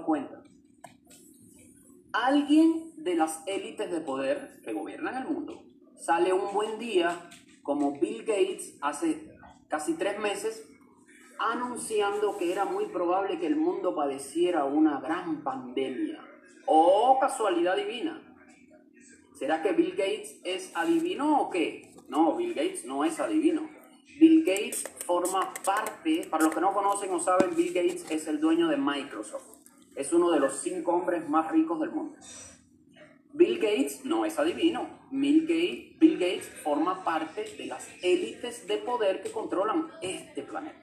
dado cuenta. Alguien de las élites de poder que gobiernan el mundo sale un buen día, como Bill Gates hace casi 3 meses, anunciando que era muy probable que el mundo padeciera una gran pandemia. ¡Oh, casualidad divina! ¿Será que Bill Gates es adivino o qué? No, Bill Gates no es adivino. Bill Gates forma parte, para los que no conocen o saben, Bill Gates es el dueño de Microsoft. Es uno de los 5 hombres más ricos del mundo. Bill Gates no es adivino. Bill Gates forma parte de las élites de poder que controlan este planeta.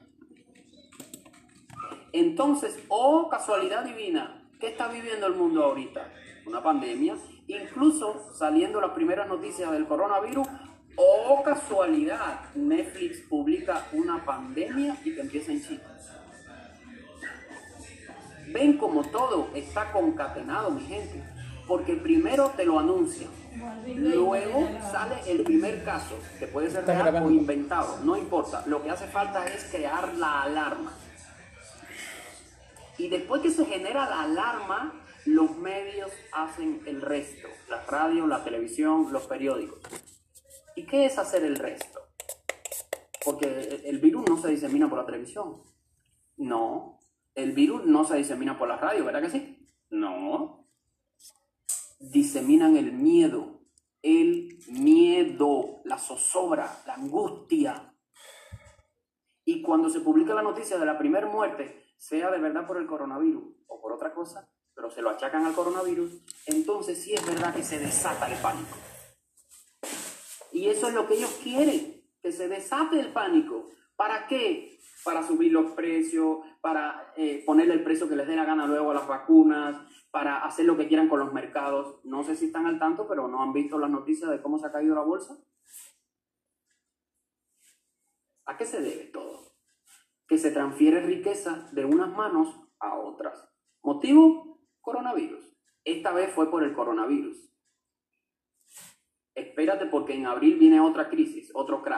Entonces, oh casualidad divina, ¿qué está viviendo el mundo ahorita? Una pandemia. Incluso saliendo las primeras noticias del coronavirus, oh casualidad, Netflix publica una pandemia y que empieza en China. Ven como todo está concatenado, mi gente, porque primero te lo anuncian, luego sale el primer caso, que puede ser real o inventado, no importa, lo que hace falta es crear la alarma. Y después que se genera la alarma, los medios hacen el resto, la radio, la televisión, los periódicos. ¿Y qué es hacer el resto? Porque el virus no se disemina por la televisión. No. El virus no se disemina por la radio, ¿verdad que sí? No. Diseminan el miedo, la zozobra, la angustia. Y cuando se publica la noticia de la primera muerte, sea de verdad por el coronavirus o por otra cosa, pero se lo achacan al coronavirus, entonces sí es verdad que se desata el pánico. Y eso es lo que ellos quieren, que se desate el pánico. ¿Para qué? Para subir los precios, para ponerle el precio que les dé la gana luego a las vacunas, para hacer lo que quieran con los mercados. No sé si están al tanto, pero ¿no han visto las noticias de cómo se ha caído la bolsa? ¿A qué se debe todo? Que se transfiere riqueza de unas manos a otras. ¿Motivo? Coronavirus. Esta vez fue por el coronavirus. Espérate porque en abril viene otra crisis, otro crash.